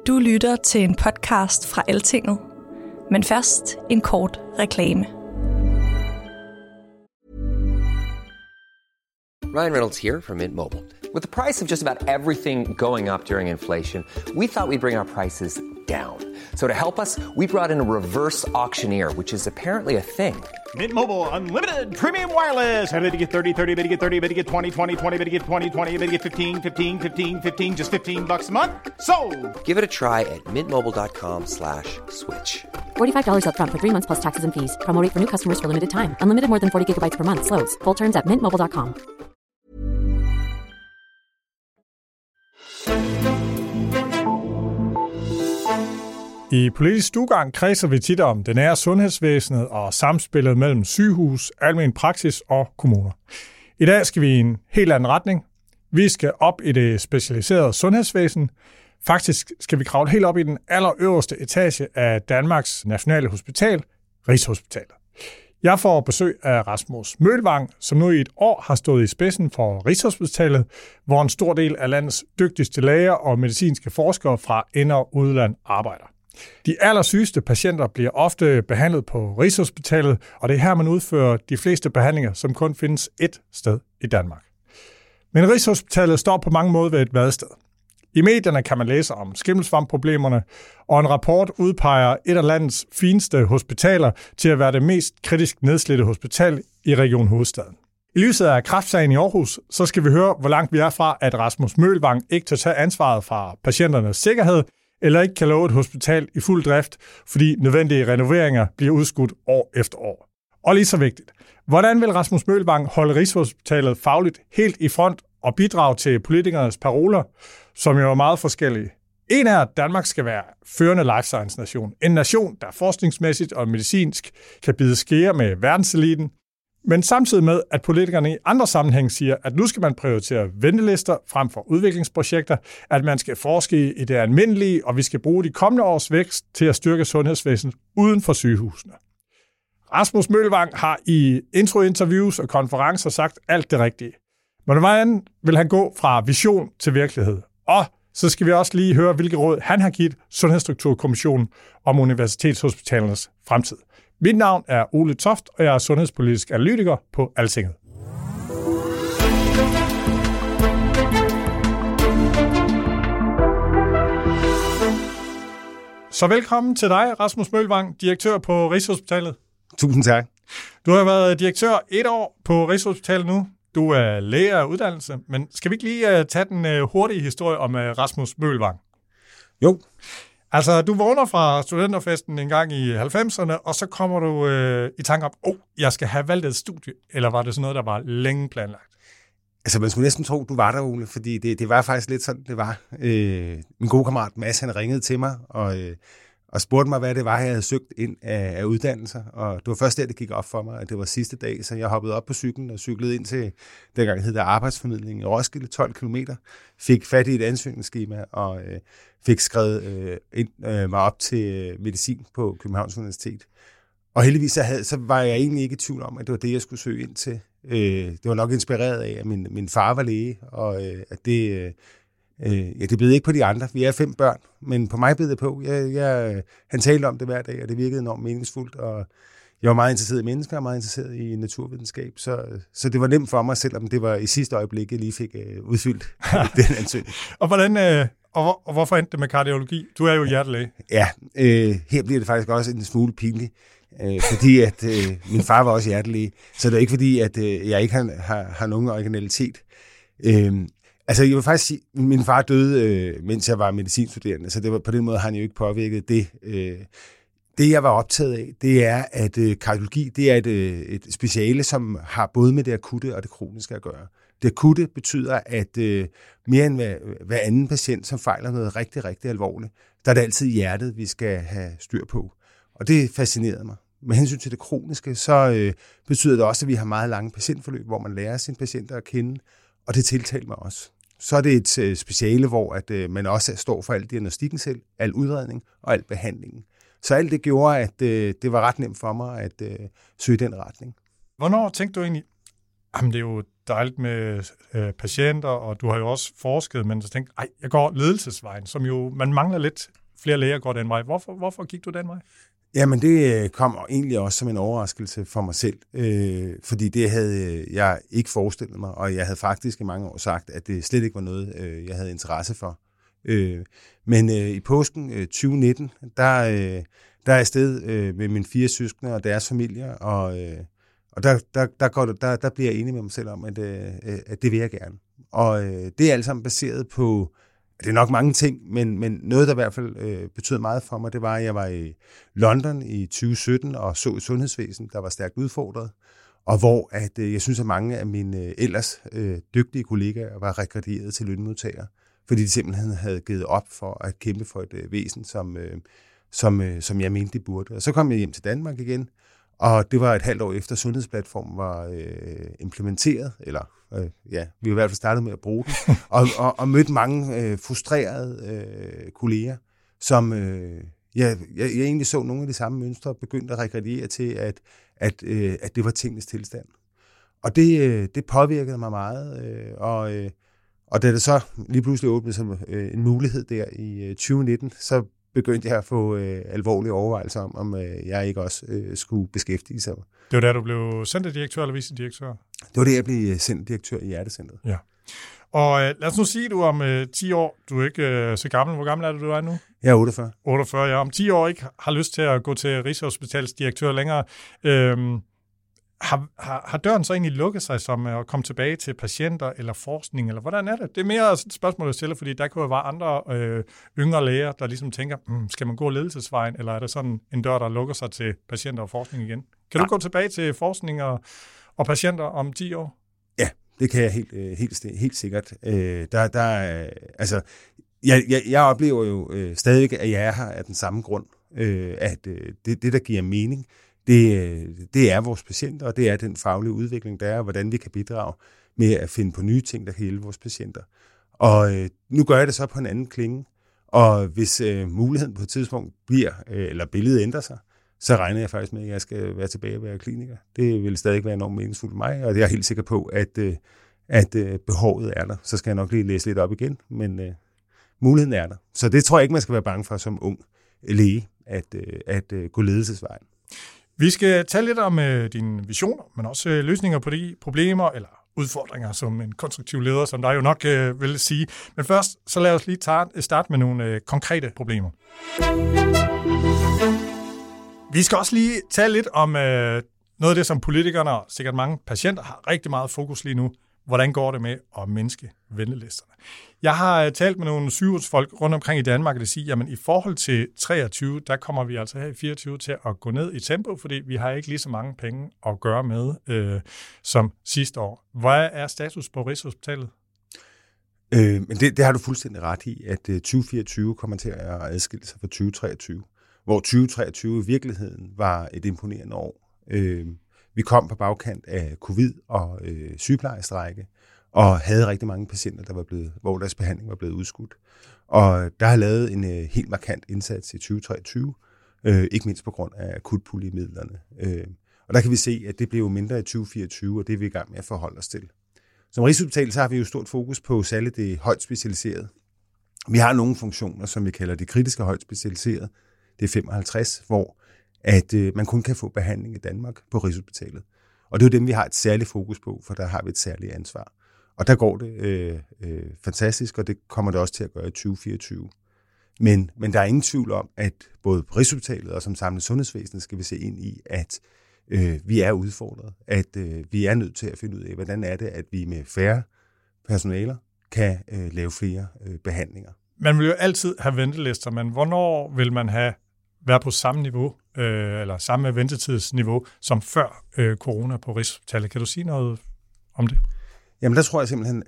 Du lytter til en podcast fra Altinget. Men først en kort reklame. Ryan Reynolds here from Mint Mobile. With the price of just about everything going up during inflation, we thought we'd bring our prices down. So to help us, we brought in a reverse auctioneer, which is apparently a thing. Mint Mobile Unlimited Premium Wireless. How to get 30, 30, bit to get 30, bit to get 20, 20, 20, bit to get 20, 20, bit to get 15, 15, 15, 15, just $15 a month? Sold! Give it a try at mintmobile.com/switch. $45 up front for 3 months plus taxes and fees. Promo rate for new customers for limited time. Unlimited more than 40 gigabytes per month. Slows full terms at mintmobile.com. I Politisk Stuegang kredser vi tit om det nære sundhedsvæsenet og samspillet mellem sygehus, almen praksis og kommuner. I dag skal vi i en helt anden retning. Vi skal op i det specialiserede sundhedsvæsen. Faktisk skal vi kravle helt op i den allerøverste etage af Danmarks Nationale Hospital, Rigshospitalet. Jeg får besøg af Rasmus Møhlvang, som nu i et år har stået i spidsen for Rigshospitalet, hvor en stor del af landets dygtigste læger og medicinske forskere fra ind- og udland arbejder. De allersygeste patienter bliver ofte behandlet på Rigshospitalet, og det er her, man udfører de fleste behandlinger, som kun findes ét sted i Danmark. Men Rigshospitalet står på mange måder ved et vadested. I medierne kan man læse om skimmelsvampproblemerne, og en rapport udpeger et af landets fineste hospitaler til at være det mest kritisk nedslidte hospital i Region Hovedstaden. I lyset af kræftsagen i Aarhus, så skal vi høre, hvor langt vi er fra, at Rasmus Møhlvang ikke tør tage ansvaret fra patienternes sikkerhed, eller ikke kan love et hospital i fuld drift, fordi nødvendige renoveringer bliver udskudt år efter år. Og lige så vigtigt, hvordan vil Rasmus Møhlvang holde Rigshospitalet fagligt helt i front og bidrage til politikernes paroler, som jo er meget forskellige? En er, at Danmark skal være førende life science nation. En nation, der forskningsmæssigt og medicinsk kan bide skære med verdenseliten, men samtidig med, at politikerne i andre sammenhæng siger, at nu skal man prioritere ventelister frem for udviklingsprojekter, at man skal forske i det almindelige, og vi skal bruge de kommende års vækst til at styrke sundhedsvæsenet uden for sygehusene. Rasmus Møhlvang har i introinterviews og konferencer sagt alt det rigtige. Men hvordan vil han gå fra vision til virkelighed? Og så skal vi også lige høre, hvilke råd han har givet Sundhedsstrukturkommissionen om universitetshospitalernes fremtid. Mit navn er Ole Toft, og jeg er sundhedspolitisk analytiker på Altinget. Så velkommen til dig, Rasmus Møhlvang, direktør på Rigshospitalet. Tusind tak. Du har været direktør 1 år på Rigshospitalet nu. Du er læge af uddannelse, men skal vi ikke lige tage den hurtige historie om Rasmus Møhlvang? Jo. Altså, du vågner fra studenterfesten en gang i 90'erne, og så kommer du i tanke om, jeg skal have valgt et studie, eller var det sådan noget, der var længe planlagt? Altså, man skulle næsten tro, du var der, Ole, fordi det var faktisk lidt sådan, det var. Min gode kammerat Mads, han ringede til mig, og spurgte mig, hvad det var, jeg havde søgt ind af uddannelser, og det var først der, det gik op for mig, at det var sidste dag, så jeg hoppede op på cyklen og cyklede ind til, dengang hed det arbejdsformidling i Roskilde, 12 kilometer, fik fat i et ansøgningsskema, og fik skrevet mig op til medicin på Københavns Universitet. Og heldigvis så var jeg egentlig ikke i tvivl om, at det var det, jeg skulle søge ind til. Det var nok inspireret af, at min far var læge, og at det bed ikke på de andre. Vi er 5 børn, men på mig bed det på. Han talte om det hver dag, og det virkede enormt meningsfuldt, og jeg var meget interesseret i mennesker og meget interesseret i naturvidenskab, så det var nemt for mig, selvom det var i sidste øjeblik, jeg lige fik udfyldt den ansøgning. Og og hvorfor endte det med kardiologi? Du er jo hjertelæge. Ja, her bliver det faktisk også en smule pinligt, fordi at min far var også hjertelæge, så det er ikke fordi, at jeg ikke har nogen originalitet. Altså, jeg vil faktisk sige, at min far døde, mens jeg var medicinstuderende, så det var, på den måde har han jo ikke påvirket det. Det, jeg var optaget af, det er, at kardiologi, det er et speciale, som har både med det akutte og det kroniske at gøre. Det akutte betyder, at mere end hver anden patient, som fejler noget rigtig, rigtig alvorligt, der er det altid hjertet, vi skal have styr på. Og det fascinerede mig. Med hensyn til det kroniske, så betyder det også, at vi har meget lange patientforløb, hvor man lærer sine patienter at kende, og det tiltalte mig også. Så er det et speciale, hvor at man også står for al diagnostikken selv, al udredning og al behandlingen. Så alt det gjorde, at det var ret nemt for mig at søge den retning. Hvornår tænkte du egentlig, Jamen, det er jo dejligt med patienter, og du har jo også forsket, men så tænkte jeg går ledelsesvejen, som jo, man mangler lidt, flere læger går den vej. Hvorfor gik du den vej? Jamen, det kom egentlig også som en overraskelse for mig selv, fordi det havde jeg ikke forestillet mig, og jeg havde faktisk i mange år sagt, at det slet ikke var noget, jeg havde interesse for. Men i påsken 2019, der er jeg afsted med mine 4 søskende og deres familier, og der bliver jeg enig med mig selv om, at det vil jeg gerne. Og det er alt sammen baseret på, det er nok mange ting, men noget, der i hvert fald betød meget for mig, det var, at jeg var i London i 2017 og så et sundhedsvæsen, der var stærkt udfordret, og hvor jeg synes, at mange af mine ellers dygtige kollegaer var rekredieret til lønmodtagere, fordi de simpelthen havde givet op for at kæmpe for et væsen, som jeg mente, de burde. Og så kom jeg hjem til Danmark igen, og det var et halvt år efter sundhedsplatformen var implementeret, eller vi i hvert fald startede med at bruge den, og mødte mange frustrerede kolleger, som jeg egentlig så nogle af de samme mønstre begyndte at rekrediere til, at det var tingenes tilstand. Og det påvirkede mig meget, og da det så lige pludselig åbnede som en mulighed der i 2019, så begyndte jeg at få alvorlige overvejelser om jeg ikke også skulle beskæftige sig. Det var da du blev centerdirektør eller vicedirektør? Det var det, jeg blev centerdirektør i Hjertecentret. Ja. Og lad os nu sige, du om 10 år, du er ikke så gammel. Hvor gammel er du er nu? Jeg er 48. 48, ja. Om 10 år ikke har lyst til at gå til Rigshospitalets direktør længere. Har døren så egentlig lukket sig som at komme tilbage til patienter eller forskning, eller hvordan er det? Det er mere et spørgsmål, jeg stiller, fordi der kunne jo være andre yngre læger, der ligesom tænker, skal man gå ledelsesvejen, eller er det sådan en dør, der lukker sig til patienter og forskning igen? Kan du gå tilbage til forskning og patienter om 10 år? Ja, det kan jeg helt sikkert. Jeg oplever jo stadig, at jeg er her af den samme grund, at det, der giver mening, det er vores patienter, og det er den faglige udvikling, der er, og hvordan vi kan bidrage med at finde på nye ting, der kan hjælpe vores patienter. Og nu gør jeg det så på en anden klinge, og hvis muligheden på et tidspunkt bliver, eller billedet ændrer sig, så regner jeg faktisk med, at jeg skal være tilbage og være kliniker. Det vil stadig være enormt meningsfuldt for mig, og jeg er helt sikker på, at behovet er der. Så skal jeg nok lige læse lidt op igen, men muligheden er der. Så det tror jeg ikke, man skal være bange for som ung læge, at gå ledelsesvejen. Vi skal tale lidt om dine visioner, men også løsninger på de problemer eller udfordringer, som en konstruktiv leder, som der jo nok vil sige. Men først, så lad os lige starte med nogle konkrete problemer. Vi skal også lige tale lidt om noget af det, som politikerne og sikkert mange patienter har rigtig meget fokus lige nu. Hvordan går det med at mindske ventelisterne? Jeg har talt med nogle sygehusfolk rundt omkring i Danmark, og det siger, jamen i forhold til 23, der kommer vi altså her i 24 til at gå ned i tempo, fordi vi har ikke lige så mange penge at gøre med som sidste år. Hvad er status på Rigshospitalet? Men det har du fuldstændig ret i, at 2024 kommer til at adskille sig fra 2023, hvor 2023 i virkeligheden var et imponerende år. Vi kom på bagkant af covid og sygeplejerstrække, og havde rigtig mange patienter, hvor deres behandling var blevet udskudt. Og der har lavet en helt markant indsats i 2023, ikke mindst på grund af akutpuljemidlerne. Og der kan vi se, at det blev mindre i 2024, og det er vi i gang med at forholde os til. Som Rigshospital, så har vi jo stort fokus på særligt det højt specialiserede. Vi har nogle funktioner, som vi kalder det kritiske højt specialiserede. Det er 55, hvor at man kun kan få behandling i Danmark på Rigshospitalet. Og det er jo dem, vi har et særligt fokus på, for der har vi et særligt ansvar. Og der går det fantastisk, og det kommer det også til at gøre i 2024. Men der er ingen tvivl om, at både på Rigshospitalet og som samlet sundhedsvæsen skal vi se ind i, at vi er udfordret. At vi er nødt til at finde ud af, hvordan er det, at vi med færre personaler kan lave flere behandlinger. Man vil jo altid have ventelister, men hvornår vil man være på samme niveau, eller samme ventetidsniveau, som før corona på Rigshospitalet? Kan du sige noget om det? Jamen, der tror jeg simpelthen,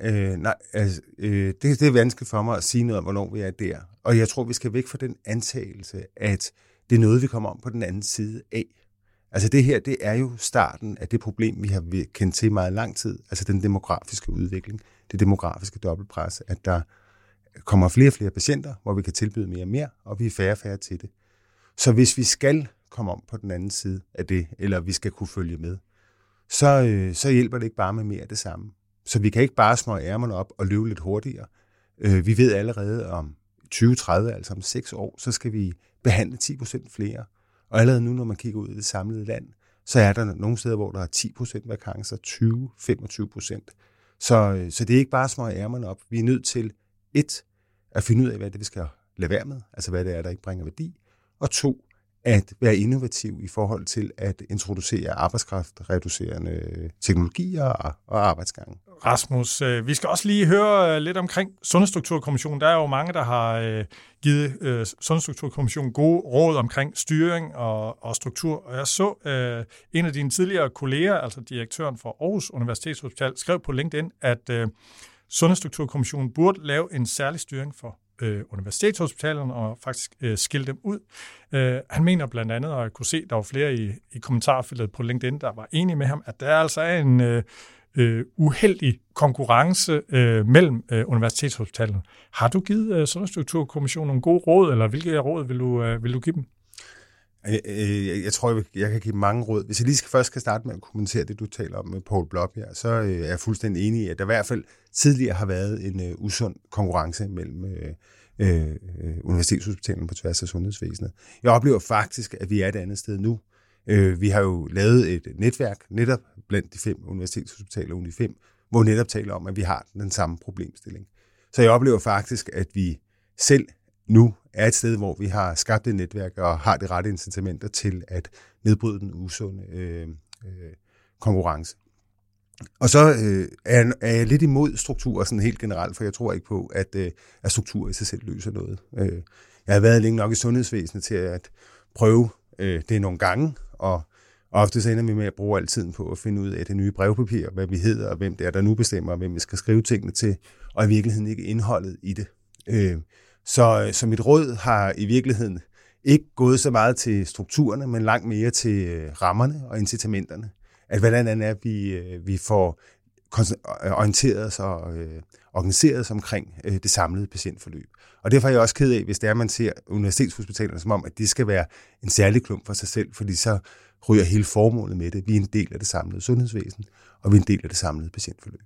det er vanskeligt for mig at sige noget om, hvornår vi er der. Og jeg tror, vi skal væk fra den antagelse, at det er noget, vi kommer om på den anden side af. Altså det her, det er jo starten af det problem, vi har kendt til meget lang tid, altså den demografiske udvikling, det demografiske dobbeltpres, at der kommer flere og flere patienter, hvor vi kan tilbyde mere og mere, og vi er færre og færre til det. Så hvis vi skal komme om på den anden side af det, eller vi skal kunne følge med, så hjælper det ikke bare med mere af det samme. Så vi kan ikke bare smøge ærmerne op og løbe lidt hurtigere. Vi ved allerede om 2030, altså om 6 år, så skal vi behandle 10% flere. Og allerede nu, når man kigger ud i det samlede land, så er der nogle steder, hvor der er 10% vakancer, 20-25%. Så det er ikke bare at smøge ærmerne op. Vi er nødt til at finde ud af, hvad det vi skal lade være med, altså hvad det er, der ikke bringer værdi. Og 2, at være innovativ i forhold til at introducere arbejdskraftreducerende teknologier og arbejdsgange. Rasmus, vi skal også lige høre lidt omkring Sundhedsstrukturkommissionen. Der er jo mange, der har givet Sundhedsstrukturkommissionen gode råd omkring styring og struktur. Og jeg så en af dine tidligere kolleger, altså direktøren for Aarhus Universitetshospital, skrev på LinkedIn, at Sundhedsstrukturkommissionen burde lave en særlig styring for universitetshospitalerne og faktisk skille dem ud. Han mener blandt andet, og jeg kunne se, der var flere i kommentarfeltet på LinkedIn, der var enige med ham, at der altså er en uheldig konkurrence mellem universitetshospitalerne. Har du givet Sundhedsstrukturkommissionen nogle gode råd, eller hvilke råd vil du give dem? Jeg tror, jeg kan give mange råd. Hvis jeg lige først skal starte med at kommentere det, du taler om med Poul Blop her, så er jeg fuldstændig enig i, at der i hvert fald tidligere har været en usund konkurrence mellem universitetshospitalerne på tværs af sundhedsvæsenet. Jeg oplever faktisk, at vi er et andet sted nu. Vi har jo lavet et netværk netop blandt de 5 universitetshospitaler, Uni 5, hvor netop taler om, at vi har den samme problemstilling. Så jeg oplever faktisk, at vi selv nu er et sted, hvor vi har skabt et netværk og har de rette incitamenter til at nedbryde den usunde konkurrence. Og så er jeg lidt imod strukturer sådan helt generelt, for jeg tror ikke på, at strukturer i sig selv løser noget. Jeg har været længe nok i sundhedsvæsenet til at prøve det nogle gange, og ofte så ender vi med at bruge al tiden på at finde ud af det nye brevpapir, hvad vi hedder, og hvem det er, der nu bestemmer, hvem vi skal skrive tingene til, og i virkeligheden ikke indholdet i det. Så mit råd har i virkeligheden ikke gået så meget til strukturerne, men langt mere til rammerne og incitamenterne. At hvordan er vi får orienteret os og organiseret os omkring det samlede patientforløb. Og derfor er jeg også ked af, hvis det er, man ser universitetshospitalerne som om, at det skal være en særlig klump for sig selv, fordi så ryger hele formålet med det. Vi er en del af det samlede sundhedsvæsen, og vi er en del af det samlede patientforløb.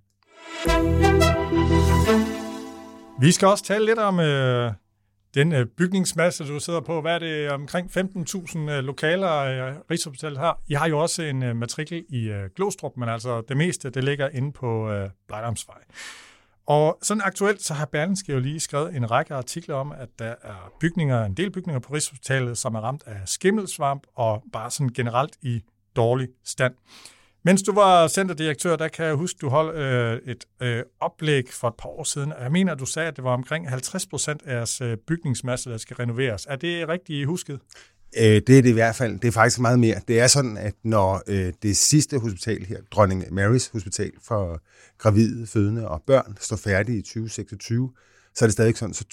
Vi skal også tale lidt om den bygningsmasse, du sidder på. Hvad er det? Omkring 15.000 lokaler, Rigshospitalet har. I har jo også en matrikel i Glostrup, men altså det meste, det ligger inde på Blejdomsvej. Og sådan aktuelt, så har Berlingske jo lige skrevet en række artikler om, at der er en del bygninger på Rigshospitalet, som er ramt af skimmelsvamp og bare sådan generelt i dårlig stand. Mens du var centerdirektør, der kan jeg huske, du holdt et oplæg for et par år siden. Jeg mener, du sagde, at det var omkring 50% af jeres bygningsmasse, der skal renoveres. Er det rigtigt husket? Det er det i hvert fald. Det er faktisk meget mere. Det er sådan, at når det sidste hospital her, Dronning Marys Hospital for gravide, fødende og børn, står færdigt i 2026, så er det stadig sådan, så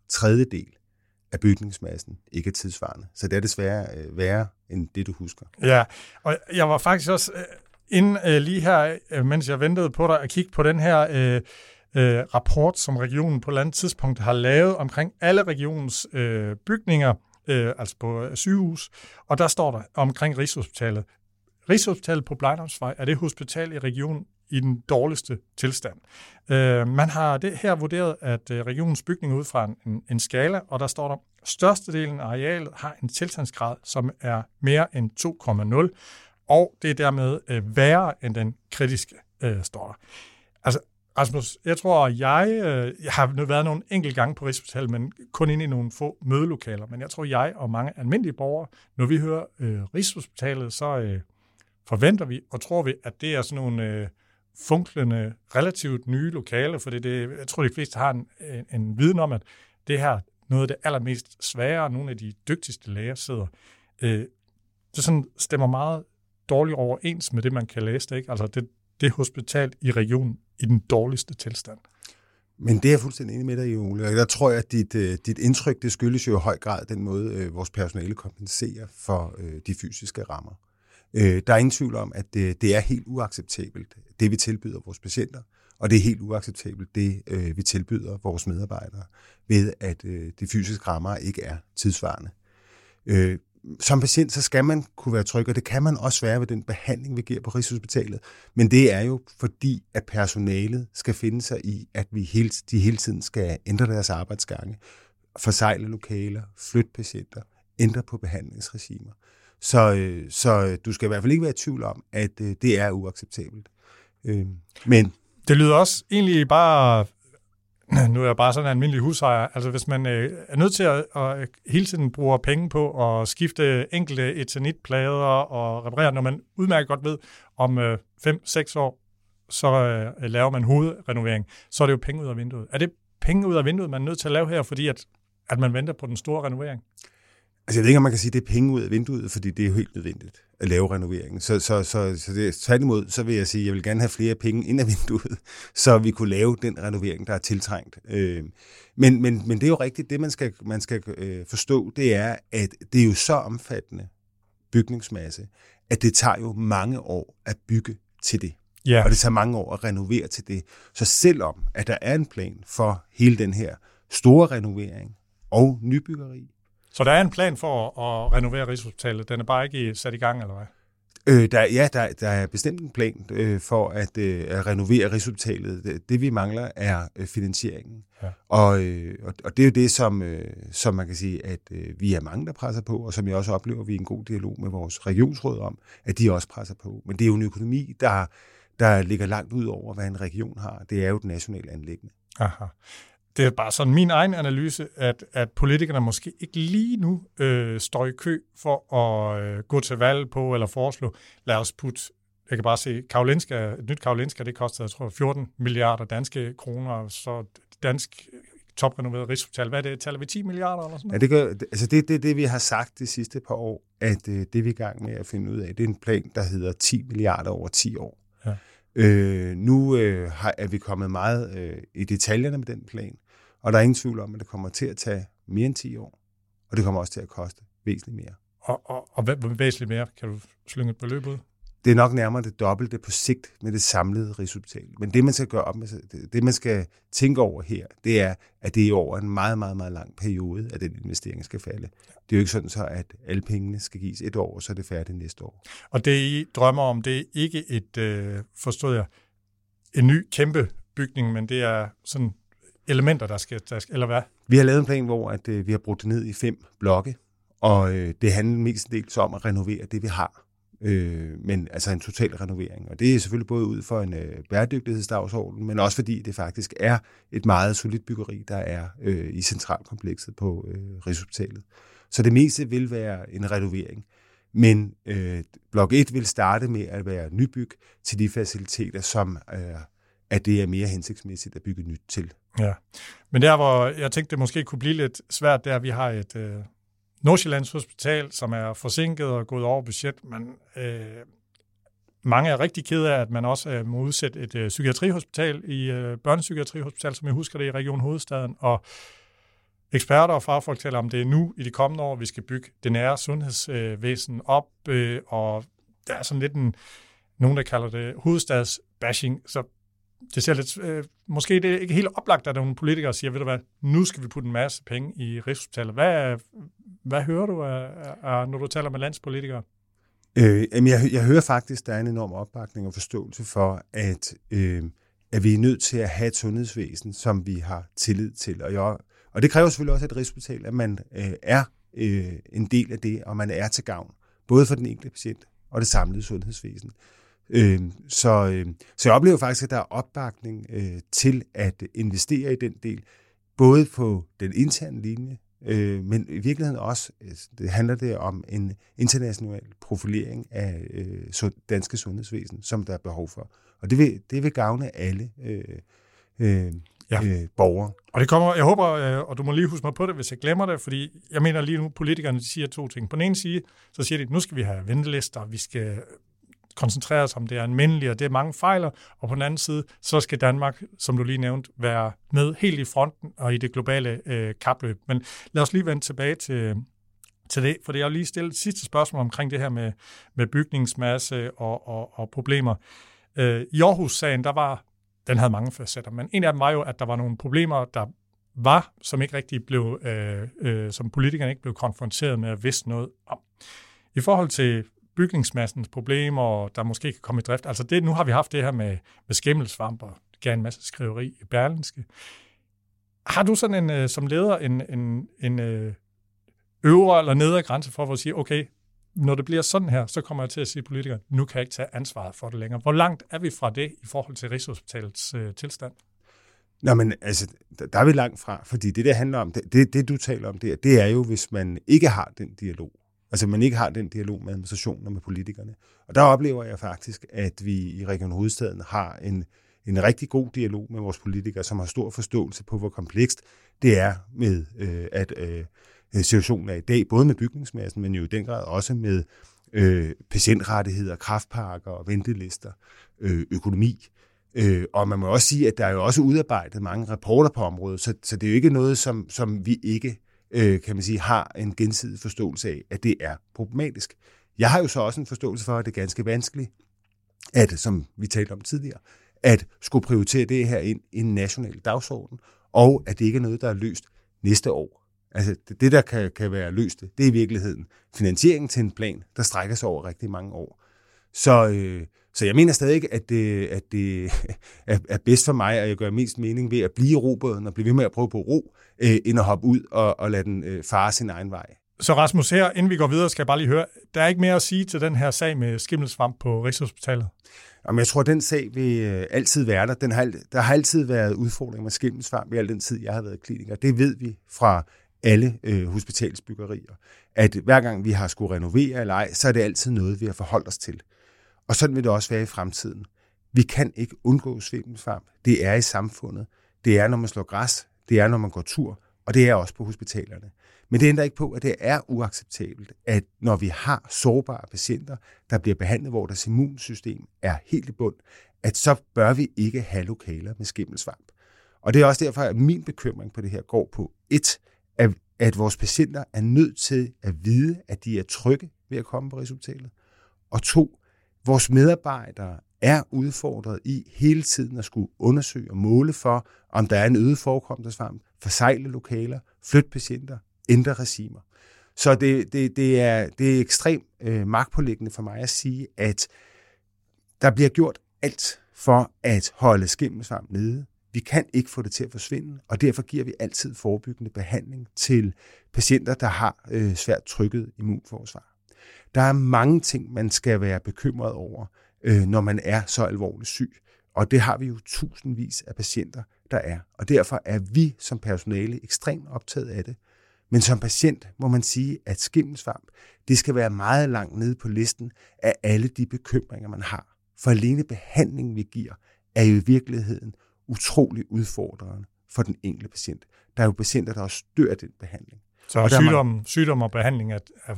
2/3 af bygningsmassen ikke er tidsvarende. Så det er desværre værre end det, du husker. Ja, og jeg var faktisk også inden lige her, mens jeg ventede på dig, at kigge på den her rapport, som regionen på et eller andet tidspunkt har lavet omkring alle regionens bygninger, altså på sygehus, og der står der omkring Rigshospitalet. Rigshospitalet på Blejdomsvej er det hospital i regionen i den dårligste tilstand. Man har det her vurderet, at regionens bygning ud fra en skala, og der står der, størstedelen af arealet har en tilstandsgrad, som er mere end 2,0, og det er dermed værre end den kritiske, står der. Altså, Rasmus, jeg tror, jeg har været nogle enkelte gange på Rigshospitalet, men kun inde i nogle få mødelokaler. Men jeg tror, jeg og mange almindelige borgere, når vi hører Rigshospitalet, så forventer vi og tror vi, at det er sådan nogle funklende, relativt nye lokaler, for jeg tror, de fleste har en viden om, at det her noget af det allermest svære, nogle af de dygtigste læger sidder. Det sådan stemmer meget dårligt overens med det, man kan læse, ikke? Altså det hospital i regionen i den dårligste tilstand. Men det er jeg fuldstændig enig med dig i, Ole. Og der tror jeg, at dit indtryk, det skyldes jo i høj grad den måde, vores personale kompenserer for de fysiske rammer. Der er ingen tvivl om, at det er helt uacceptabelt, det vi tilbyder vores patienter, og det er helt uacceptabelt, det vi tilbyder vores medarbejdere, ved at de fysiske rammer ikke er tidsvarende. som patient, så skal man kunne være tryg, og det kan man også være ved den behandling, vi giver på Rigshospitalet. Men det er jo fordi, at personalet skal finde sig i, at de hele tiden skal ændre deres arbejdsgange, forsegle lokaler, flytte patienter, ændre på behandlingsregimer. Så du skal i hvert fald ikke være i tvivl om, at det er uacceptabelt. Men det lyder også egentlig bare, nu er jeg bare sådan en almindelig husejer, altså hvis man er nødt til at hele tiden bruge penge på at skifte enkelte eternitplader og reparere, når man udmærket godt ved, om 5-6 år, så laver man hovedrenovering, så er det jo penge ud af vinduet. Er det penge ud af vinduet, man er nødt til at lave her, fordi at man venter på den store renovering? Altså jeg ved ikke, om man kan sige, at det er penge ud af vinduet, fordi det er jo helt nødvendigt at lave renoveringen. Så det, tværtimod, så vil jeg sige, at jeg vil gerne have flere penge ind af vinduet, så vi kunne lave den renovering, der er tiltrængt. Men det er jo rigtigt, det man skal forstå, det er, at det er jo så omfattende bygningsmasse, at det tager jo mange år at bygge til det. Yeah. Og det tager mange år at renovere til det. Så selvom at der er en plan for hele den her store renovering og nybyggeri. Så der er en plan for at renovere Rigshospitalet, den er bare ikke sat i gang, eller hvad? Der er bestemt en plan for at renovere Rigshospitalet. Det vi mangler er finansieringen. Ja. Og det er jo det, som man kan sige, at vi er mange, der presser på, og som jeg også oplever, at vi er i en god dialog med vores regionsråd om, at de også presser på. Men det er jo en økonomi, der ligger langt ud over, hvad en region har. Det er jo et nationalt anliggende. Aha. Det er bare sådan min egen analyse, at politikerne måske ikke lige nu står i kø for at gå til valg på eller foreslå, lad os putte, jeg kan bare se, et nyt Karolinska, det koster, jeg tror, 14 milliarder danske kroner, så dansk toprenoveret Rigshospital, hvad er det, taler vi 10 milliarder eller sådan noget? Ja, det er det, vi har sagt de sidste par år, at det vi er i gang med at finde ud af, det er en plan, der hedder 10 milliarder over 10 år. Ja. Nu er vi kommet meget i detaljerne med den plan, og der er ingen tvivl om, at det kommer til at tage mere end 10 år, og det kommer også til at koste væsentligt mere. Og hvad væsentligt mere? Kan du slynge et beløb ud? Det er nok nærmere det dobbelte på sigt med det samlede Rigshospital. Men det, man skal gøre op med, det man skal tænke over her, det er, at det er over en meget, meget, meget lang periode, at den investering skal falde. Det er jo ikke sådan så, at alle pengene skal gives et år, så er det færdigt næste år. Og det, I drømmer om, det er ikke forstod jeg, en ny kæmpe bygning, men det er sådan elementer, der skal eller hvad? Vi har lavet en plan, hvor at, vi har brudt det ned i 5 blokke, og det handler mestendels om at renovere det, vi har. Men altså en total renovering. Og det er selvfølgelig både ud for en bæredygtighedsdagsorden, men også fordi det faktisk er et meget solidt byggeri, der er i centralkomplekset på Rigshospitalet. Så det meste vil være en renovering. Men blok 1 vil starte med at være nybyg til de faciliteter, som at det er mere hensigtsmæssigt at bygge nyt til. Ja, men der hvor jeg tænkte, det måske kunne blive lidt svært, der vi har et Nordsjællands Hospital, som er forsinket og gået over budget, men mange er rigtig kede af, at man også må udsætte et psykiatrihospital i børnepsykiatrihospital, som jeg husker det, i Region Hovedstaden, og eksperter og fagfolk taler om, det er nu i de kommende år, vi skal bygge det nære sundhedsvæsen op, og der er sådan lidt nogen, der kalder det hovedstadsbashing, så det ser lidt, måske det er ikke helt oplagt, at der er nogle politikere, der siger, ved du hvad, nu skal vi putte en masse penge i Rigshospitalet. Hvad hører du, når du taler med landspolitikere? Jeg hører faktisk, der er en enorm opbakning og forståelse for, at vi er nødt til at have et sundhedsvæsen, som vi har tillid til. Og det kræver selvfølgelig også et Rigshospital, at man er en del af det, og man er til gavn, både for den enkelte patient og det samlede sundhedsvæsen. Så jeg oplever faktisk, at der er opbakning til at investere i den del, både på den interne linje, men i virkeligheden også handler det om en international profilering af danske sundhedsvæsen, som der er behov for. Og det vil gavne alle borgere. Og det kommer, jeg håber, og du må lige huske mig på det, hvis jeg glemmer det, fordi jeg mener lige nu, politikerne de siger 2 ting. På den ene side, så siger de, nu skal vi have ventelister, vi skal koncentrere os om det almindelige, og det er mange fejler, og på den anden side, så skal Danmark, som du lige nævnte, være med helt i fronten og i det globale kapløb. Men lad os lige vende tilbage til det, for jeg har lige stillet et sidste spørgsmål omkring det her med bygningsmasse og problemer. I Aarhus-sagen, den havde mange facetter, men en af dem var jo, at der var nogle problemer, der var, som ikke rigtig blev, som politikerne ikke blev konfronteret med at vidste noget om. I forhold til bygningsmassens problemer, og der måske kan komme i drift, altså nu har vi haft det her med skimmelsvamp og gav en masse skriveri i Berlingske. Har du sådan en, som leder en øvre eller nedre grænse for at sige, okay, når det bliver sådan her, så kommer jeg til at sige til politikere, nu kan jeg ikke tage ansvaret for det længere. Hvor langt er vi fra det i forhold til Rigshospitalets tilstand? Nå, men altså, der er vi langt fra, fordi det handler om, det du taler om der, det er jo, hvis man ikke har den dialog. Altså, man ikke har den dialog med administrationen og med politikerne. Og der oplever jeg faktisk, at vi i Region Hovedstaden har en rigtig god dialog med vores politikere, som har stor forståelse på, hvor komplekst det er med, at situationen er i dag, både med bygningsmassen, men jo i den grad også med patientrettigheder, kræftpakker og ventelister, økonomi. Og man må også sige, at der er jo også udarbejdet mange rapporter på området, så det er jo ikke noget, som vi ikke, kan man sige, har en gensidig forståelse af, at det er problematisk. Jeg har jo så også en forståelse for, at det er ganske vanskeligt, at, som vi talte om tidligere, at skulle prioritere det her ind i en national dagsorden, og at det ikke er noget, der er løst næste år. Altså det, der kan være løst, det er i virkeligheden finansieringen til en plan, der strækker sig over rigtig mange år. Så jeg mener stadig ikke, at det er bedst for mig, at jeg gør mest mening ved at blive i robåden og blive ved med at prøve på ro, end at hoppe ud og lade den fare sin egen vej. Så Rasmus, her, inden vi går videre, skal jeg bare lige høre, der er ikke mere at sige til den her sag med skimmelsvamp på Rigshospitalet? Jamen, jeg tror, at den sag vil altid være der. Der har altid været udfordringer med skimmelsvamp i al den tid, jeg har været kliniker. Det ved vi fra alle hospitalsbyggerier, at hver gang vi har skulle renovere eller ej, så er det altid noget, vi har forholdt os til. Og sådan vil det også være i fremtiden. Vi kan ikke undgå skimmelsvamp. Det er i samfundet. Det er, når man slår græs. Det er, når man går tur. Og det er også på hospitalerne. Men det ændrer ikke på, at det er uacceptabelt, at når vi har sårbare patienter, der bliver behandlet, hvor deres immunsystem er helt i bund, at så bør vi ikke have lokaler med skimmelsvamp. Og det er også derfor, at min bekymring på det her går på at vores patienter er nødt til at vide, at de er trygge ved at komme på Rigshospitalet. Og 2, vores medarbejdere er udfordret i hele tiden at skulle undersøge og måle for, om der er en øget forekomst af svamp, forsegle lokaler, flytte patienter, ændre regimer. Så det er ekstremt magtpåliggende for mig at sige, at der bliver gjort alt for at holde skimmelsvamp nede. Vi kan ikke få det til at forsvinde, og derfor giver vi altid forebyggende behandling til patienter, der har svært trykket immunforsvar. Der er mange ting, man skal være bekymret over, når man er så alvorligt syg. Og det har vi jo tusindvis af patienter, der er. Og derfor er vi som personale ekstremt optaget af det. Men som patient må man sige, at skimmelsvamp, det skal være meget langt nede på listen af alle de bekymringer, man har. For alene behandlingen, vi giver, er jo i virkeligheden utrolig udfordrende for den enkelte patient. Der er jo patienter, der også dør af den behandling. Så sygdom og behandling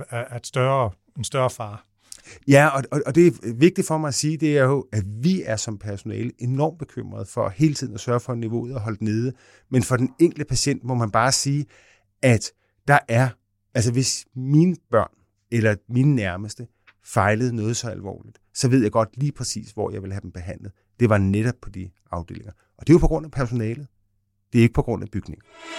er en større fare. Ja, og det er vigtigt for mig at sige, det er jo, at vi er som personale enormt bekymrede for hele tiden at sørge for niveauet og holde det nede. Men for den enkelte patient må man bare sige, at der er, altså hvis mine børn eller mine nærmeste fejlede noget så alvorligt, så ved jeg godt lige præcis, hvor jeg vil have dem behandlet. Det var netop på de afdelinger. Og det er jo på grund af personalet. Det er ikke på grund af bygningen.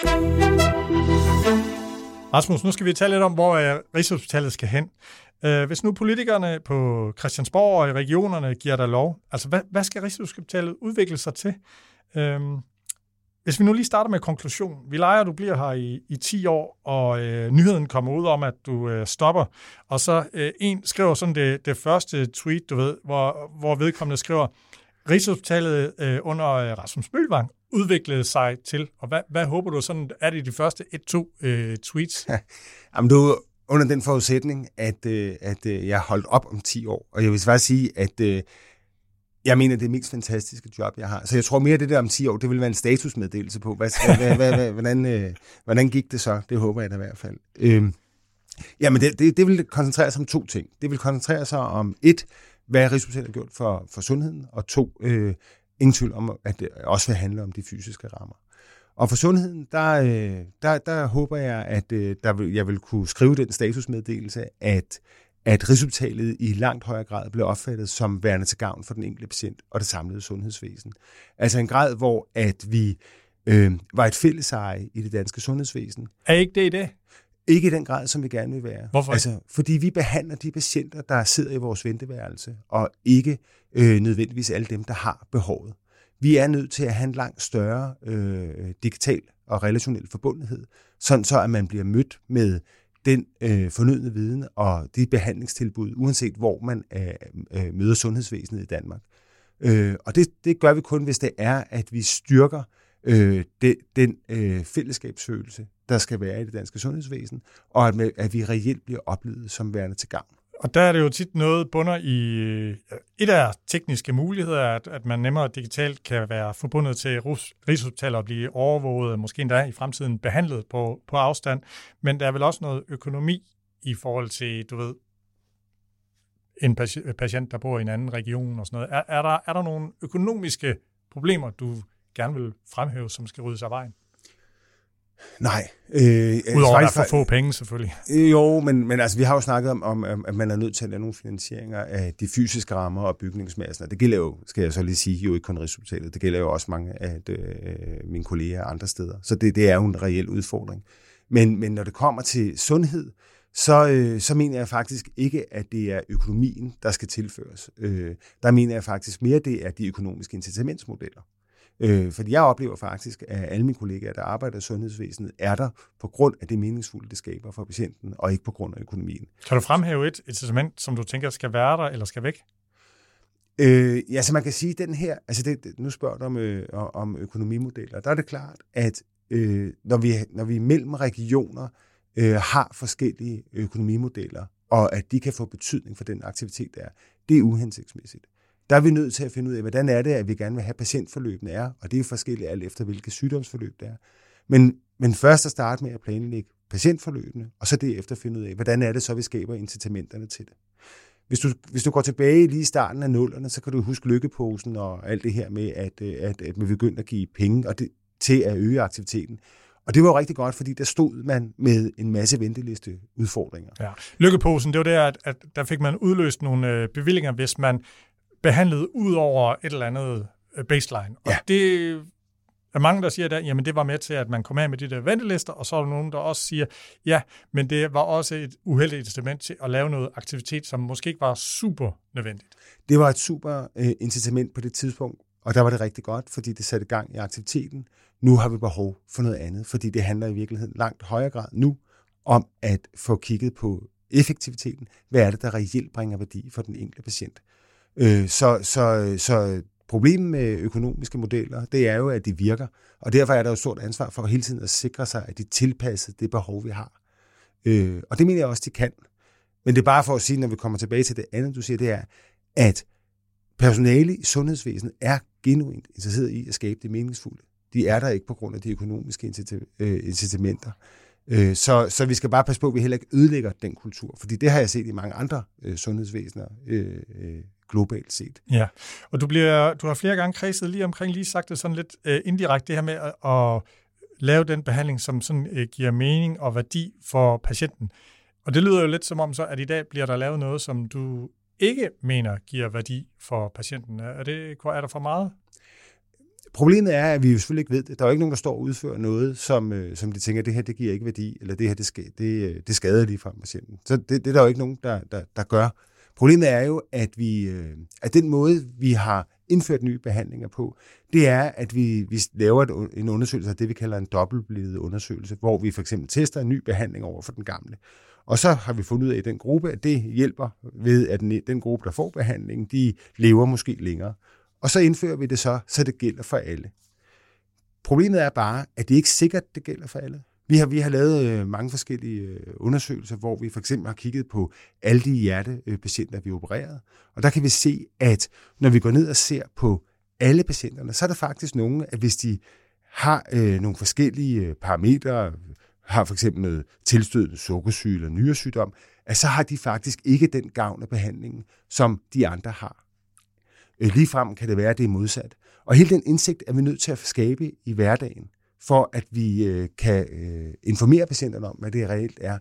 Rasmus, nu skal vi tale lidt om, hvor Rigshospitalet skal hen. Hvis nu politikerne på Christiansborg og i regionerne giver dig lov, altså hvad skal Rigshospitalet udvikle sig til? Hvis vi nu lige starter med konklusion. Vi leger, at du bliver her i 10 år, og nyheden kommer ud om, at du stopper. Og så en skriver sådan det første tweet, du ved, hvor vedkommende skriver, Rigshospitalet under Rasmus Møhlvang udviklede sig til, og hvad håber du sådan, er det de første 1-2 tweets? Jamen du, under den forudsætning, at jeg holdt op om 10 år, og jeg vil bare sige, at jeg mener, det er det mest fantastiske job, jeg har. Så jeg tror mere, at det der om 10 år, det vil være en statusmeddelelse på, hvordan gik det så? Det håber jeg da i hvert fald. Jamen, det vil koncentrere sig om 2 ting. Det vil koncentrere sig om 1, hvad Rigshospitalet har gjort for sundheden, og 2, ingen tvivl om, at det også vil handle om de fysiske rammer. Og for sundheden, der håber jeg, at jeg vil kunne skrive den statusmeddelelse, at Rigshospitalet i langt højere grad blev opfattet som værende til gavn for den enkelte patient og det samlede sundhedsvæsen. Altså en grad, hvor at vi var et fælleseje i det danske sundhedsvæsen. Er ikke det i det? Ikke i den grad, som vi gerne vil være. Hvorfor? Altså, fordi vi behandler de patienter, der sidder i vores venteværelse, og ikke nødvendigvis alle dem, der har behovet. Vi er nødt til at have en langt større digital og relationel forbundethed, sådan så at man bliver mødt med den fornødne viden og de behandlingstilbud, uanset hvor man møder sundhedsvæsenet i Danmark. Og det gør vi kun, hvis det er, at vi styrker den fællesskabsfølelse, der skal være i det danske sundhedsvæsen, og at vi reelt bliver oplevet som værende til gavn. Og der er det jo tit noget bunder i et af tekniske muligheder, at man nemmere digitalt kan være forbundet til Rigshospitalet og blive overvåget, måske endda i fremtiden behandlet på afstand. Men der er vel også noget økonomi i forhold til, du ved, en patient, der bor i en anden region og sådan noget. Er der nogle økonomiske problemer, du gerne vil fremhæve, som skal ryddes af vejen? Nej. Udover at der er for få penge, selvfølgelig. Jo, men altså, vi har jo snakket om, at man er nødt til at lave nogle finansieringer af de fysiske rammer og bygningsmassen. Det gælder jo, skal jeg så lige sige, jo ikke kun Rigshospitalet. Det gælder jo også mange af mine kolleger andre steder. Så det er jo en reel udfordring. Men når det kommer til sundhed, så mener jeg faktisk ikke, at det er økonomien, der skal tilføres. Der mener jeg faktisk mere, det er de økonomiske incitamentsmodeller. Fordi jeg oplever faktisk, at alle mine kollegaer, der arbejder i sundhedsvæsenet, er der på grund af det meningsfulde, det skaber for patienten, og ikke på grund af økonomien. Kan du fremhæve et incitament, som du tænker skal være der, eller skal væk? Ja, så man kan sige, den her, altså nu spørger du om økonomimodeller, der er det klart, at når vi mellem regioner har forskellige økonomimodeller, og at de kan få betydning for den aktivitet, der er, det er uhensigtsmæssigt. Der er vi nødt til at finde ud af, hvordan er det, at vi gerne vil have patientforløbene er, og det er forskelligt alt efter, hvilke sygdomsforløb det er. Men først at starte med at planlægge patientforløbene, og så derefter finde ud af, hvordan er det så, vi skaber incitamenterne til det. Hvis du går tilbage lige i starten af 00'erne, så kan du huske lykkeposen og alt det her med, at vi begyndte at give penge og til at øge aktiviteten. Og det var jo rigtig godt, fordi der stod man med en masse venteliste udfordringer. Ja. Lykkeposen, det var der, at der fik man udløst nogle bevillinger, hvis man behandlede ud over et eller andet baseline. Og det er mange, der siger, at jamen, det var med til, at man kom af med de der ventelister, og så er der nogen, der også siger, ja, men det var også et uheldigt incitament til at lave noget aktivitet, som måske ikke var super nødvendigt. Det var et super incitament på det tidspunkt, og der var det rigtig godt, fordi det satte gang i aktiviteten. Nu har vi behov for noget andet, fordi det handler i virkeligheden langt højere grad nu om at få kigget på effektiviteten. Hvad er det, der reelt bringer værdi for den enkelte patient? Så problemet med økonomiske modeller, det er jo, at de virker, og derfor er der jo stort ansvar for hele tiden at sikre sig, at de tilpasser det behov, vi har. Og det mener jeg også, de kan. Men det er bare for at sige, når vi kommer tilbage til det andet, du siger, det er, at personale i sundhedsvæsenet er genuint interesseret i at skabe det meningsfulde. De er der ikke på grund af de økonomiske incitamenter. Så vi skal bare passe på, at vi heller ikke ødelægger den kultur, fordi det har jeg set i mange andre sundhedsvæsener globalt set. Ja, og du har flere gange kredset lige sagt det sådan lidt indirekte, det her med at lave den behandling, som sådan giver mening og værdi for patienten. Og det lyder jo lidt som om så, at i dag bliver der lavet noget, som du ikke mener giver værdi for patienten. Er der for meget? Problemet er, at vi jo selvfølgelig ikke ved det. Der er jo ikke nogen, der står og udfører noget, som de tænker, det her det giver ikke værdi, eller det her det skader lige fra patienten. Så det er der jo ikke nogen, der gør. Problemet er jo, at den måde, vi har indført nye behandlinger på, det er, at vi laver en undersøgelse af det, vi kalder en dobbeltblindet undersøgelse, hvor vi for eksempel tester en ny behandling over for den gamle. Og så har vi fundet ud af i den gruppe, at det hjælper ved, at den gruppe, der får behandling, de lever måske længere. Og så indfører vi det så det gælder for alle. Problemet er bare, at det ikke er sikkert, det gælder for alle. Vi har lavet mange forskellige undersøgelser, hvor vi for eksempel har kigget på alle de hjertepatienter, vi opererede. Og der kan vi se, at når vi går ned og ser på alle patienterne, så er der faktisk nogle, at hvis de har nogle forskellige parametre, har for eksempel noget tilstødende sukkersyge eller nyresygdom, at så har de faktisk ikke den gavn af behandlingen, som de andre har. Ligefrem kan det være, at det er modsat. Og hele den indsigt er vi nødt til at skabe i hverdagen, for at vi kan informere patienterne om, hvad det reelt er,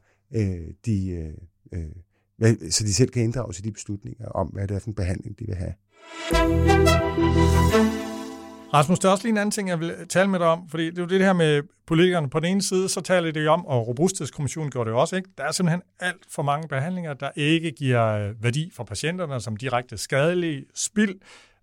så de selv kan inddrage til de beslutninger om, hvad det er for en behandling, de vil have. Rasmus, der er også lige en anden ting, jeg vil tale med dig om, fordi det er jo det her med politikerne. På den ene side, så taler det jo om, og Robusthedskommissionen gjorde det også, ikke? Der er simpelthen alt for mange behandlinger, der ikke giver værdi for patienterne, som direkte skadelige spild,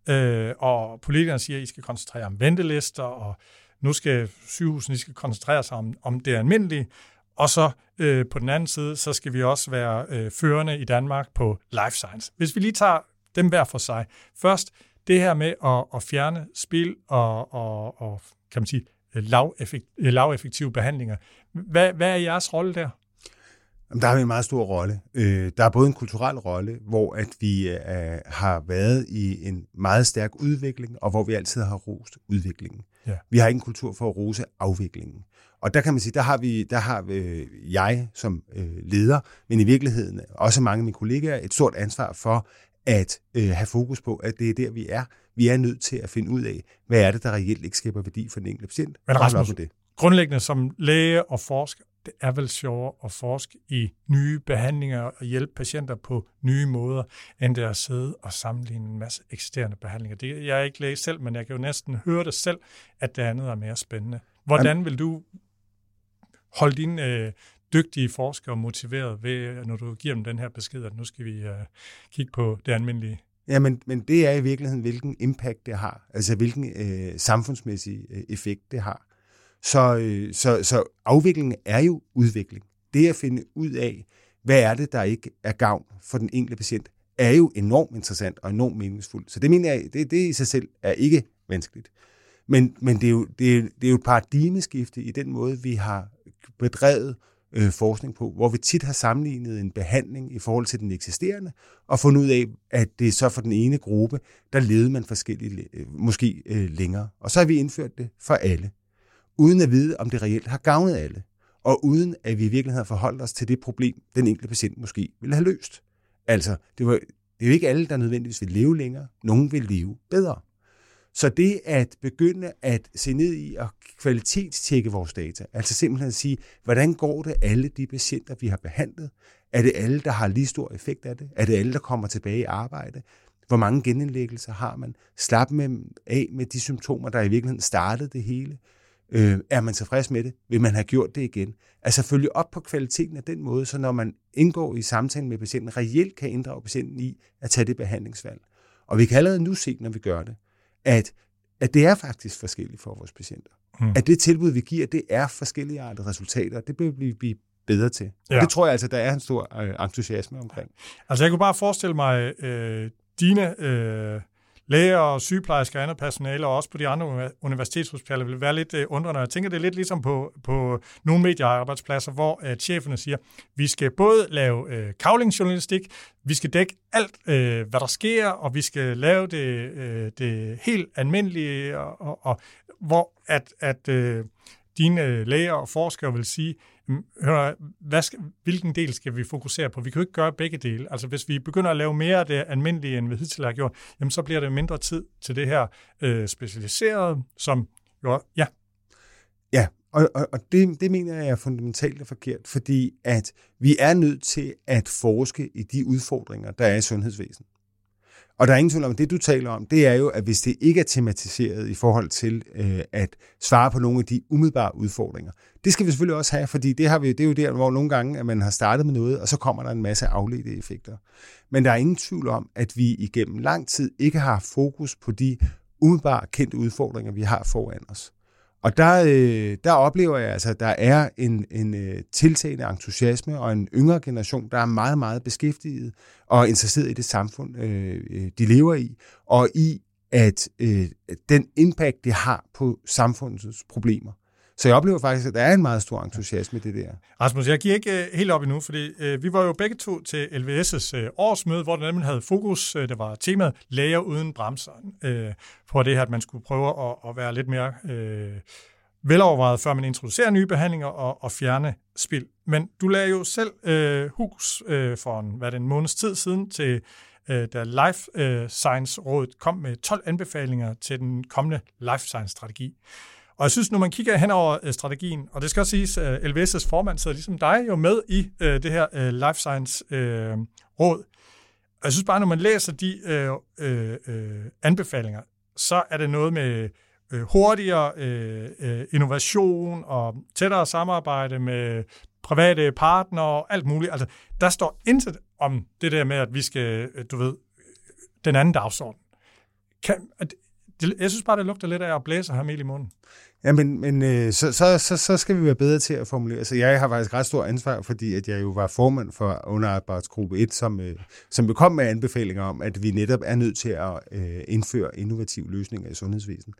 og politikerne siger, at I skal koncentrere om ventelister, og nu skal sygehusene koncentrere sig om det almindelige, og så på den anden side, så skal vi også være førende i Danmark på life science. Hvis vi lige tager dem hver for sig. Først, det her med at fjerne spild og kan man sige, laveffektive behandlinger. Hvad er jeres rolle der? Der har vi en meget stor rolle. Der er både en kulturel rolle, hvor at vi har været i en meget stærk udvikling, og hvor vi altid har rost udviklingen. Ja. Vi har ikke en kultur for at rose afviklingen. Og der kan man sige, der har jeg som leder, men i virkeligheden også mange af mine kollegaer, et stort ansvar for at have fokus på, at det er der, vi er. Vi er nødt til at finde ud af, hvad er det, der reelt ikke skaber værdi for den enkelte patient. Men Rasmus, grundlæggende som læge og forsker, det er vel sjovere at forske i nye behandlinger og hjælpe patienter på nye måder, end det at sidde og sammenligne en masse eksisterende behandlinger. Jeg er ikke læge selv, men jeg kan jo næsten høre det selv, at det andet er mere spændende. Hvordan vil du holde dine dygtige forskere motiveret ved, når du giver dem den her besked, at nu skal vi kigge på det almindelige? Ja, men det er i virkeligheden, hvilken impact det har, altså hvilken samfundsmæssig effekt det har. Så afviklingen er jo udvikling. Det at finde ud af, hvad er det, der ikke er gavn for den enkelte patient, er jo enormt interessant og enormt meningsfuldt. Så det mener jeg, det i sig selv er ikke vanskeligt. Men det er jo et paradigmeskifte i den måde, vi har bedrevet forskning på, hvor vi tit har sammenlignet en behandling i forhold til den eksisterende, og fundet ud af, at det er så for den ene gruppe, der levede man forskelligt, måske længere. Og så har vi indført det for alle, uden at vide, om det reelt har gavnet alle, og uden at vi i virkeligheden har forholdt os til det problem, den enkelte patient måske ville have løst. Altså, det er jo ikke alle, der nødvendigvis vil leve længere. Nogen vil leve bedre. Så det at begynde at se ned i og kvalitetstjekke vores data, altså simpelthen at sige, hvordan går det alle de patienter, vi har behandlet? Er det alle, der har lige stor effekt af det? Er det alle, der kommer tilbage i arbejde? Hvor mange genindlæggelser har man? Slap dem af med de symptomer, der i virkeligheden startede det hele. Er man tilfreds med det? Vil man have gjort det igen? Altså følge op på kvaliteten af den måde, så når man indgår i samtalen med patienten, reelt kan inddrage patienten i at tage det behandlingsvalg. Og vi kan allerede nu se, når vi gør det, at det er faktisk forskelligt for vores patienter. At det tilbud, vi giver, det er forskellige artede resultater. Det bliver vi blive bedre til. Ja. Og det tror jeg altså, der er en stor entusiasme omkring. Altså jeg kunne bare forestille mig, dine læger og sygeplejersker og andet personale, og også på de andre universitetshospitaler, vil være lidt undrende. Jeg tænker, det er lidt ligesom på nogle mediearbejdspladser, hvor cheferne siger, vi skal både lave kavlingsjournalistik, vi skal dække alt, hvad der sker, og vi skal lave det helt almindelige, og hvor at dine læger og forskere vil sige, hvilken del skal vi fokusere på? Vi kan jo ikke gøre begge dele. Altså hvis vi begynder at lave mere af det almindelige, end vi hidtil har gjort, jamen, så bliver det mindre tid til det her specialiserede, som jo, ja. Ja, og det mener jeg er fundamentalt og forkert, fordi at vi er nødt til at forske i de udfordringer, der er i sundhedsvæsenet. Og der er ingen tvivl om, det du taler om, det er jo, at hvis det ikke er tematiseret i forhold til at svare på nogle af de umiddelbare udfordringer, det skal vi selvfølgelig også have, fordi det er jo der, hvor nogle gange, at man har startet med noget, og så kommer der en masse afledte effekter. Men der er ingen tvivl om, at vi igennem lang tid ikke har fokus på de umiddelbare kendte udfordringer, vi har foran os. Og der oplever jeg altså, at der er en tiltagende entusiasme og en yngre generation, der er meget, meget beskæftiget og interesseret i det samfund, de lever i, og i at den impact, det har på samfundets problemer. Så jeg oplever faktisk, at der er en meget stor entusiasme i det der. Rasmus, jeg giver ikke helt op endnu, fordi vi var jo begge to til LVS' årsmøde, hvor det nemlig havde fokus, det var temaet læger uden bremser, på det her, at man skulle prøve at være lidt mere velovervejet, før man introducerer nye behandlinger og fjerne spild. Men du lagde jo selv hus for en måneds tid siden til da Life Science-rådet kom med 12 anbefalinger til den kommende Life Science-strategi. Og jeg synes, når man kigger hen over strategien, og det skal også siges, at LVS' formand sidder ligesom dig jo med i det her Life Science-råd. Og jeg synes bare, når man læser de anbefalinger, så er det noget med hurtigere innovation og tættere samarbejde med private partnere og alt muligt. Altså, der står intet om det der med, at vi skal, den anden dagsorden. Jeg synes bare, det lugter lidt af at blæse og have mel i munden. Ja, men så skal vi være bedre til at formulere. Så jeg har faktisk ret stor ansvar, fordi at jeg jo var formand for underarbejdsgruppe 1, som kom med anbefalinger om, at vi netop er nødt til at indføre innovative løsninger i sundhedsvæsenet.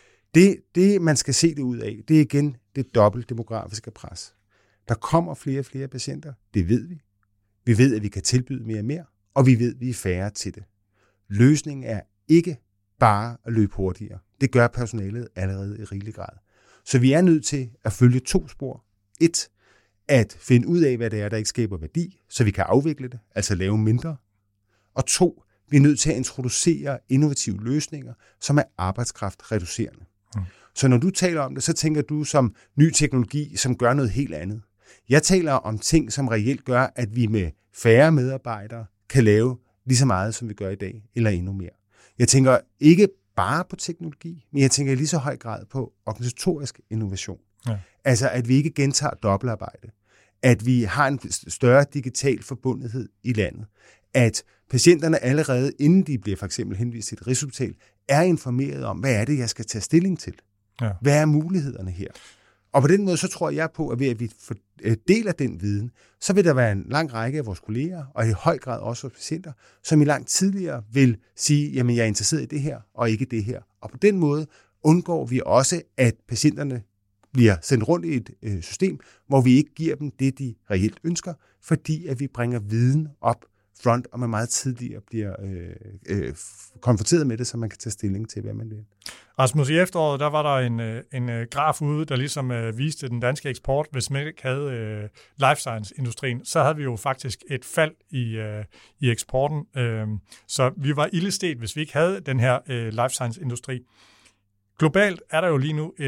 Det, man skal se det ud af, det er igen det dobbelt demografiske pres. Der kommer flere og flere patienter, det ved vi. Vi ved, at vi kan tilbyde mere og mere, og vi ved, at vi er færre til det. Løsningen er ikke bare at løbe hurtigere. Det gør personalet allerede i rigelig grad. Så vi er nødt til at følge 2 spor. 1. At finde ud af, hvad det er, der ikke skaber værdi, så vi kan afvikle det, altså lave mindre. Og 2. Vi er nødt til at introducere innovative løsninger, som er arbejdskraftreducerende. Så når du taler om det, så tænker du som ny teknologi, som gør noget helt andet. Jeg taler om ting, som reelt gør, at vi med færre medarbejdere kan lave lige så meget, som vi gør i dag, eller endnu mere. Jeg tænker ikke bare på teknologi, men jeg tænker i lige så høj grad på organisatorisk innovation. Ja. Altså, at vi ikke gentager dobbeltarbejde. At vi har en større digital forbundethed i landet. At patienterne allerede, inden de bliver for eksempel henvist til et rigshospital, er informeret om, hvad er det, jeg skal tage stilling til? Ja. Hvad er mulighederne her? Og på den måde, så tror jeg på, at ved at vi deler den viden, så vil der være en lang række af vores kolleger, og i høj grad også vores patienter, som i langt tidligere vil sige, jamen jeg er interesseret i det her, og ikke det her. Og på den måde undgår vi også, at patienterne bliver sendt rundt i et system, hvor vi ikke giver dem det, de reelt ønsker, fordi at vi bringer viden op front, og man meget tidligere bliver konfronteret med det, så man kan tage stilling til, hvad man vil. Rasmus, i efteråret, der var der en graf ude, der ligesom viste den danske eksport. Hvis man ikke havde life science-industrien, så havde vi jo faktisk et fald i eksporten. Så vi var ildestet, hvis vi ikke havde den her life science-industri. Globalt er der jo lige nu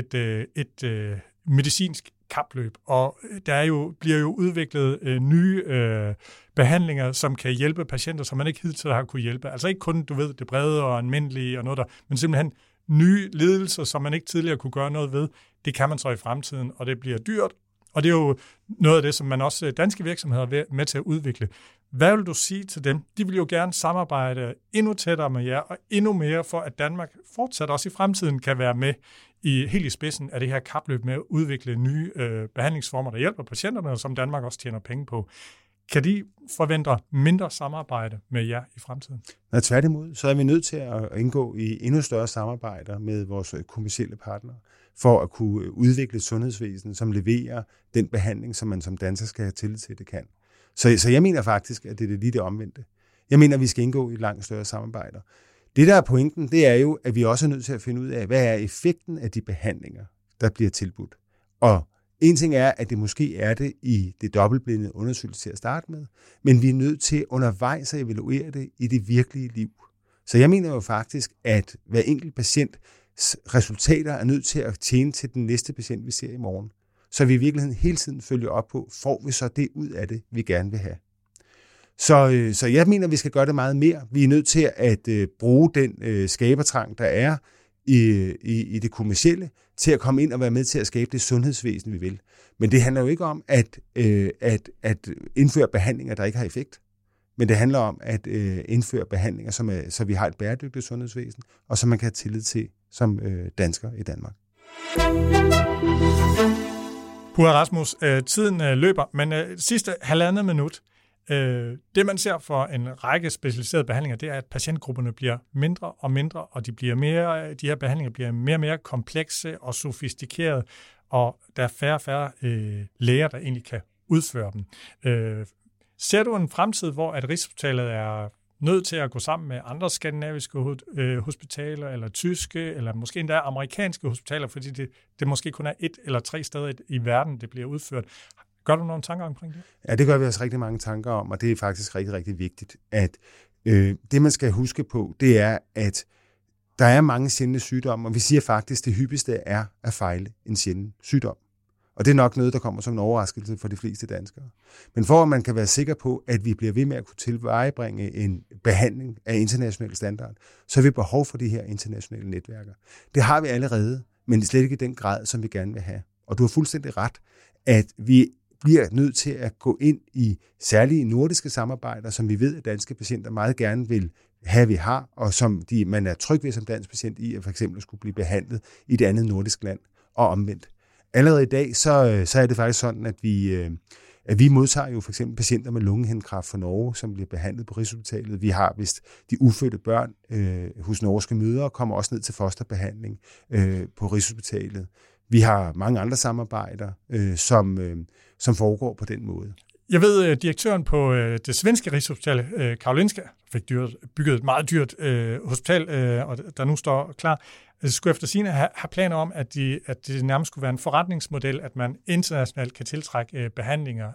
et medicinsk kapløb, og der bliver jo udviklet nye behandlinger, som kan hjælpe patienter, som man ikke hidtil har kunne hjælpe. Altså ikke kun, det brede og almindelige og noget der, men simpelthen nye lidelser, som man ikke tidligere kunne gøre noget ved. Det kan man så i fremtiden, og det bliver dyrt, og det er jo noget af det, som man også danske virksomheder er med til at udvikle. Hvad vil du sige til dem? De vil jo gerne samarbejde endnu tættere med jer, og endnu mere for, at Danmark fortsat også i fremtiden kan være med helt i spidsen af det her kapløb med at udvikle nye behandlingsformer, der hjælper patienterne, og som Danmark også tjener penge på. Kan de forvente mindre samarbejde med jer i fremtiden? Når tværtimod, så er vi nødt til at indgå i endnu større samarbejder med vores kommercielle partnere, for at kunne udvikle et sundhedsvæsen, som leverer den behandling, som man som dansker skal have tillid til, det kan. Så jeg mener faktisk, at det er lige det omvendte. Jeg mener, at vi skal indgå i langt større samarbejder. Det, der er pointen, det er jo, at vi også er nødt til at finde ud af, hvad er effekten af de behandlinger, der bliver tilbudt. Og en ting er, at det måske er det i det dobbeltblindede undersøgelse til at starte med, men vi er nødt til undervejs at evaluere det i det virkelige liv. Så jeg mener jo faktisk, at hver enkelt patients resultater er nødt til at tjene til den næste patient, vi ser i morgen. Så vi i virkeligheden hele tiden følger op på, får vi så det ud af det, vi gerne vil have. Så jeg mener, at vi skal gøre det meget mere. Vi er nødt til at bruge den skabertrang, der er i det kommercielle, til at komme ind og være med til at skabe det sundhedsvæsen, vi vil. Men det handler jo ikke om at indføre behandlinger, der ikke har effekt. Men det handler om at indføre behandlinger, så vi har et bæredygtigt sundhedsvæsen, og som man kan have tillid til som dansker i Danmark. Puha Rasmus, tiden løber, men sidste 1,5 minut. Det man ser for en række specialiserede behandlinger, det er, at patientgrupperne bliver mindre og mindre, og de her behandlinger bliver mere og mere komplekse og sofistikerede, og der er færre og færre læger, der egentlig kan udføre dem. Ser du en fremtid, hvor at Rigshospitalet er nødt til at gå sammen med andre skandinaviske hospitaler, eller tyske, eller måske endda amerikanske hospitaler, fordi det måske kun er 1 eller 3 steder i verden, det bliver udført? Gør du nogle tanker omkring det? Ja, det gør vi også rigtig mange tanker om, og det er faktisk rigtig, rigtig vigtigt, at det, man skal huske på, det er, at der er mange sjældne sygdomme, og vi siger faktisk, at det hyppigste er at fejle en sjælden sygdom. Og det er nok noget, der kommer som en overraskelse for de fleste danskere. Men for at man kan være sikker på, at vi bliver ved med at kunne tilvejebringe en behandling af international standard, så har vi behov for de her internationale netværker. Det har vi allerede, men slet ikke i den grad, som vi gerne vil have. Og du har fuldstændig ret, at vi bliver nødt til at gå ind i særlige nordiske samarbejder, som vi ved, at danske patienter meget gerne vil have, vi har, og som man er tryg ved som dansk patient i, at for eksempel skulle blive behandlet i et andet nordisk land, og omvendt. Allerede i dag, så er det faktisk sådan, at vi modtager jo for eksempel patienter med lungehindekræft fra Norge, som bliver behandlet på Rigshospitalet. Vi har, hvis de ufødte børn hos norske mødre, kommer også ned til fosterbehandling på Rigshospitalet. Vi har mange andre samarbejder, som foregår på den måde. Jeg ved, direktøren på det svenske Rigshospital, Karolinska, fik bygget et meget dyrt hospital, og der nu står klar, skulle efter sigende have planer om, at det nærmest skulle være en forretningsmodel, at man internationalt kan tiltrække behandlinger.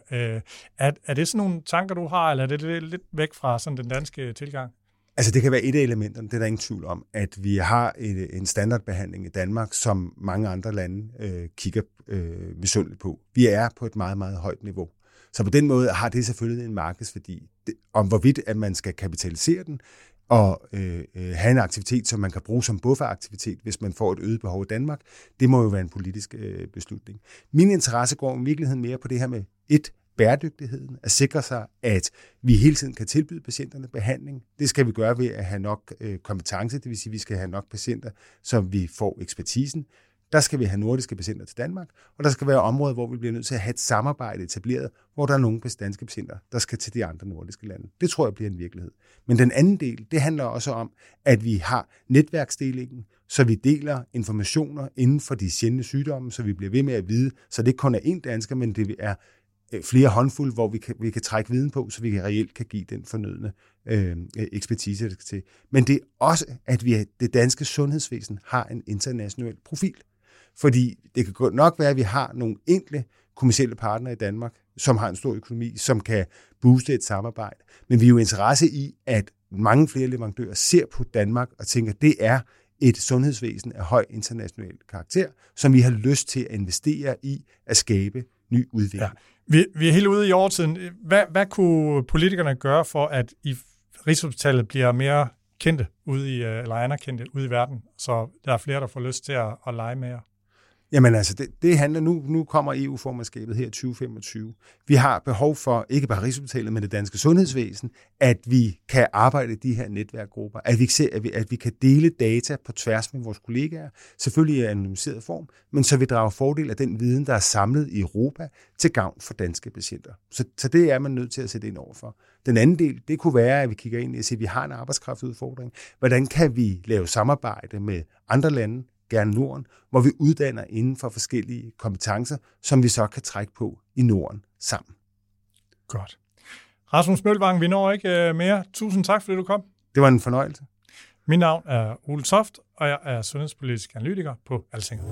Er det sådan nogle tanker, du har, eller er det lidt væk fra sådan den danske tilgang? Altså det kan være et af elementerne, det er der ingen tvivl om, at vi har en standardbehandling i Danmark, som mange andre lande kigger misundeligt på. Vi er på et meget, meget højt niveau. Så på den måde har det selvfølgelig en markedsværdi. Om hvorvidt at man skal kapitalisere den og have en aktivitet, som man kan bruge som bufferaktivitet, hvis man får et øget behov i Danmark, det må jo være en politisk beslutning. Min interesse går i virkeligheden mere på det her med bæredygtigheden, at sikre sig, at vi hele tiden kan tilbyde patienterne behandling. Det skal vi gøre ved at have nok kompetence, det vil sige, at vi skal have nok patienter, så vi får ekspertisen. Der skal vi have nordiske patienter til Danmark, og der skal være områder, hvor vi bliver nødt til at have et samarbejde etableret, hvor der er nogle danske patienter, der skal til de andre nordiske lande. Det tror jeg bliver en virkelighed. Men den anden del, det handler også om, at vi har netværksdelingen, så vi deler informationer inden for de sjældne sygdomme, så vi bliver ved med at vide, så det ikke kun er én dansker, men det er flere håndfulde, hvor vi kan trække viden på, så vi reelt kan give den fornødne ekspertise, der skal til. Men det er også, at det danske sundhedsvæsen har en international profil. Fordi det kan nok være, at vi har nogle enkle kommercielle partnere i Danmark, som har en stor økonomi, som kan booste et samarbejde. Men vi er jo interesse i, at mange flere leverandører ser på Danmark og tænker, at det er et sundhedsvæsen af høj international karakter, som vi har lyst til at investere i at skabe ny udvikling. Ja. Vi er helt ude i årtiden. Hvad kunne politikerne gøre for, at Rigshospitalet bliver mere kendte eller anerkendte ude i verden, så der er flere, der får lyst til at lege med jer? Jamen altså, det handler nu kommer EU-formandskabet her 2025. Vi har behov for, ikke bare Rigshospitalet, men det danske sundhedsvæsen, at vi kan arbejde i de her netværkgrupper, at vi kan dele data på tværs med vores kollegaer, selvfølgelig i anonymiseret form, men så vi drager fordel af den viden, der er samlet i Europa til gavn for danske patienter. Så det er man nødt til at sætte ind overfor. Den anden del, det kunne være, at vi kigger ind og siger, at vi har en arbejdskraftudfordring. Hvordan kan vi lave samarbejde med andre lande, gerne Norden, hvor vi uddanner inden for forskellige kompetencer, som vi så kan trække på i Norden sammen. Godt. Rasmus Mølvang, vi når ikke mere. Tusind tak, fordi du kom. Det var en fornøjelse. Mit navn er Ole Toft, og jeg er sundhedspolitisk analytiker på Altinget.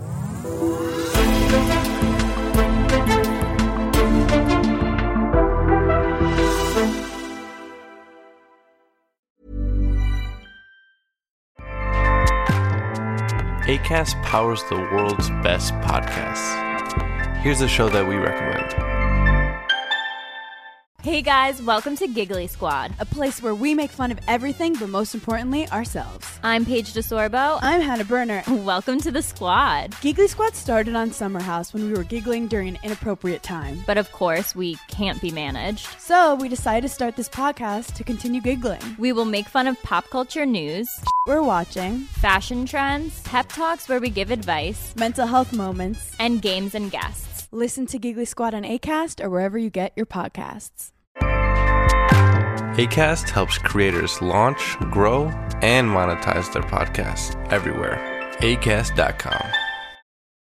Acast powers the world's best podcasts. Here's a show that we recommend. Hey guys, welcome to Giggly Squad, a place where we make fun of everything, but most importantly, ourselves. I'm Paige DeSorbo. I'm Hannah Berner. Welcome to the squad. Giggly Squad started on Summer House when we were giggling during an inappropriate time. But of course, we can't be managed. So we decided to start this podcast to continue giggling. We will make fun of pop culture news, we're watching, fashion trends, pep talks where we give advice, mental health moments, and games and guests. Listen to Giggly Squad on Acast or wherever you get your podcasts. Acast helps creators launch, grow, and monetize their podcasts everywhere. Acast.com.